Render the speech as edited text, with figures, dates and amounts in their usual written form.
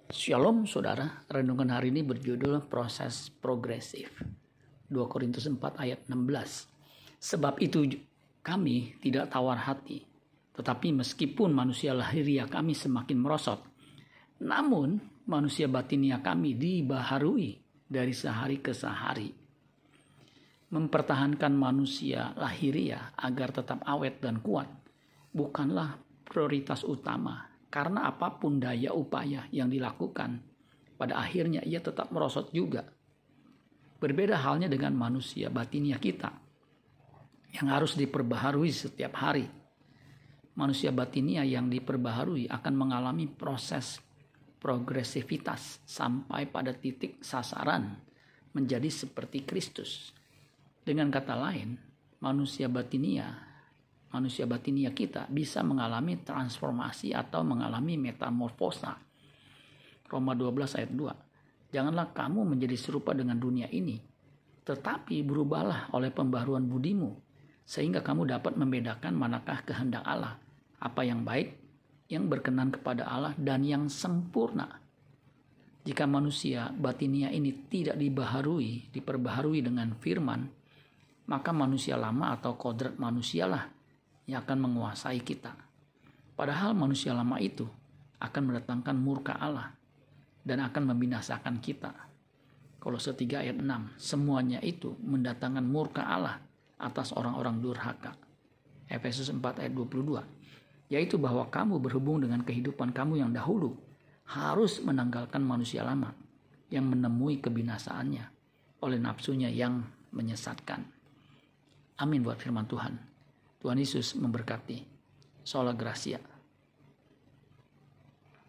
Shalom saudara, renungan hari ini berjudul proses progresif. 2 Korintus 4 ayat 16. Sebab itu kami tidak tawar hati, tetapi meskipun manusia lahiriah kami semakin merosot, namun manusia batiniah kami dibaharui dari sehari ke sehari. Mempertahankan manusia lahiriah agar tetap awet dan kuat bukanlah prioritas utama. Karena apapun daya upaya yang dilakukan, pada akhirnya ia tetap merosot juga. Berbeda halnya dengan manusia batiniah kita yang harus diperbaharui setiap hari. Manusia batiniah yang diperbaharui akan mengalami proses progresivitas sampai pada titik sasaran menjadi seperti Kristus. Dengan kata lain, manusia batiniah kita bisa mengalami transformasi atau mengalami metamorfosa. Roma 12 ayat 2. Janganlah kamu menjadi serupa dengan dunia ini, tetapi berubahlah oleh pembaharuan budimu, sehingga kamu dapat membedakan manakah kehendak Allah, apa yang baik, yang berkenan kepada Allah, dan yang sempurna. Jika manusia batiniah ini tidak diperbaharui dengan firman, maka manusia lama atau kodrat manusialah yang akan menguasai kita. Padahal manusia lama itu akan mendatangkan murka Allah dan akan membinasakan kita. Kolose 3 ayat 6, semuanya itu mendatangkan murka Allah atas orang-orang durhaka. Efesus 4 ayat 22, yaitu bahwa kamu berhubung dengan kehidupan kamu yang dahulu harus menanggalkan manusia lama yang menemui kebinasaannya oleh nafsunya yang menyesatkan. Amin buat firman Tuhan. Tuhan Yesus memberkati. Sola Gracia.